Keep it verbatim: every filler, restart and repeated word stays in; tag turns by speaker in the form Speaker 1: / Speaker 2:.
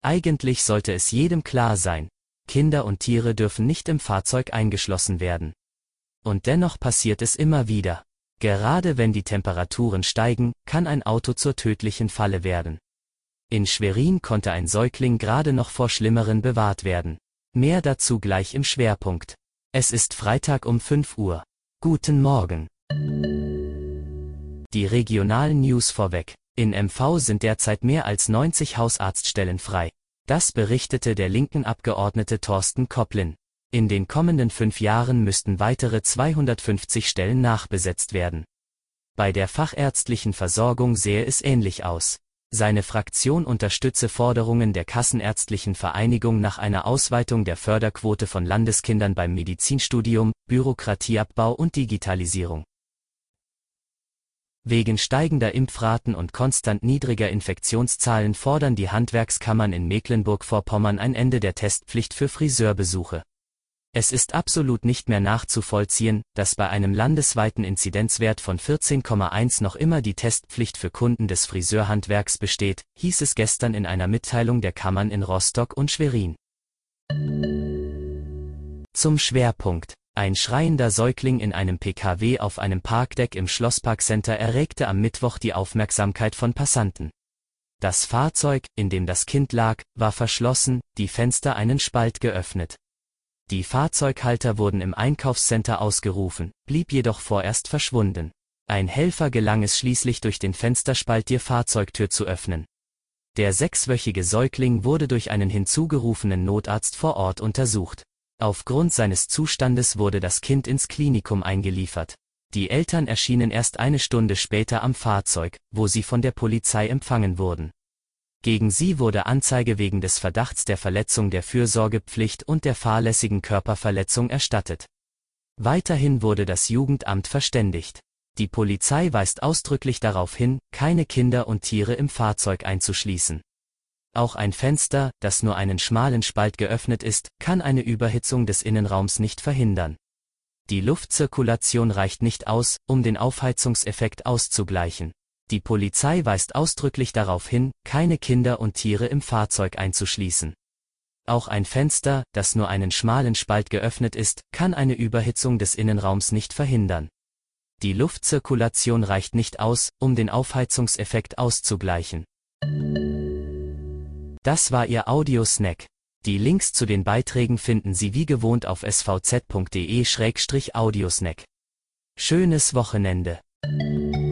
Speaker 1: Eigentlich sollte es jedem klar sein, Kinder und Tiere dürfen nicht im Fahrzeug eingeschlossen werden. Und dennoch passiert es immer wieder. Gerade wenn die Temperaturen steigen, kann ein Auto zur tödlichen Falle werden. In Schwerin konnte ein Säugling gerade noch vor Schlimmeren bewahrt werden. Mehr dazu gleich im Schwerpunkt. Es ist Freitag um fünf Uhr. Guten Morgen. Die regionalen News vorweg. In M V sind derzeit mehr als neunzig Hausarztstellen frei. Das berichtete der linken Abgeordnete Thorsten Kopplin. In den kommenden fünf Jahren müssten weitere zweihundertfünfzig Stellen nachbesetzt werden. Bei der fachärztlichen Versorgung sähe es ähnlich aus. Seine Fraktion unterstütze Forderungen der Kassenärztlichen Vereinigung nach einer Ausweitung der Förderquote von Landeskindern beim Medizinstudium, Bürokratieabbau und Digitalisierung. Wegen steigender Impfraten und konstant niedriger Infektionszahlen fordern die Handwerkskammern in Mecklenburg-Vorpommern ein Ende der Testpflicht für Friseurbesuche. Es ist absolut nicht mehr nachzuvollziehen, dass bei einem landesweiten Inzidenzwert von vierzehn Komma eins noch immer die Testpflicht für Kunden des Friseurhandwerks besteht, hieß es gestern in einer Mitteilung der Kammern in Rostock und Schwerin. Zum Schwerpunkt. Ein schreiender Säugling in einem P K W auf einem Parkdeck im Schlossparkcenter erregte am Mittwoch die Aufmerksamkeit von Passanten. Das Fahrzeug, in dem das Kind lag, war verschlossen, die Fenster einen Spalt geöffnet. Die Fahrzeughalter wurden im Einkaufscenter ausgerufen, blieb jedoch vorerst verschwunden. Ein Helfer gelang es schließlich durch den Fensterspalt die Fahrzeugtür zu öffnen. Der sechswöchige Säugling wurde durch einen hinzugerufenen Notarzt vor Ort untersucht. Aufgrund seines Zustandes wurde das Kind ins Klinikum eingeliefert. Die Eltern erschienen erst eine Stunde später am Fahrzeug, wo sie von der Polizei empfangen wurden. Gegen sie wurde Anzeige wegen des Verdachts der Verletzung der Fürsorgepflicht und der fahrlässigen Körperverletzung erstattet. Weiterhin wurde das Jugendamt verständigt. Die Polizei weist ausdrücklich darauf hin, keine Kinder und Tiere im Fahrzeug einzuschließen. Auch ein Fenster, das nur einen schmalen Spalt geöffnet ist, kann eine Überhitzung des Innenraums nicht verhindern. Die Luftzirkulation reicht nicht aus, um den Aufheizungseffekt auszugleichen. Die Polizei weist ausdrücklich darauf hin, keine Kinder und Tiere im Fahrzeug einzuschließen. Auch ein Fenster, das nur einen schmalen Spalt geöffnet ist, kann eine Überhitzung des Innenraums nicht verhindern. Die Luftzirkulation reicht nicht aus, um den Aufheizungseffekt auszugleichen. Das war Ihr Audiosnack. Die Links zu den Beiträgen finden Sie wie gewohnt auf s v z punkt de slash audiosnack. Schönes Wochenende.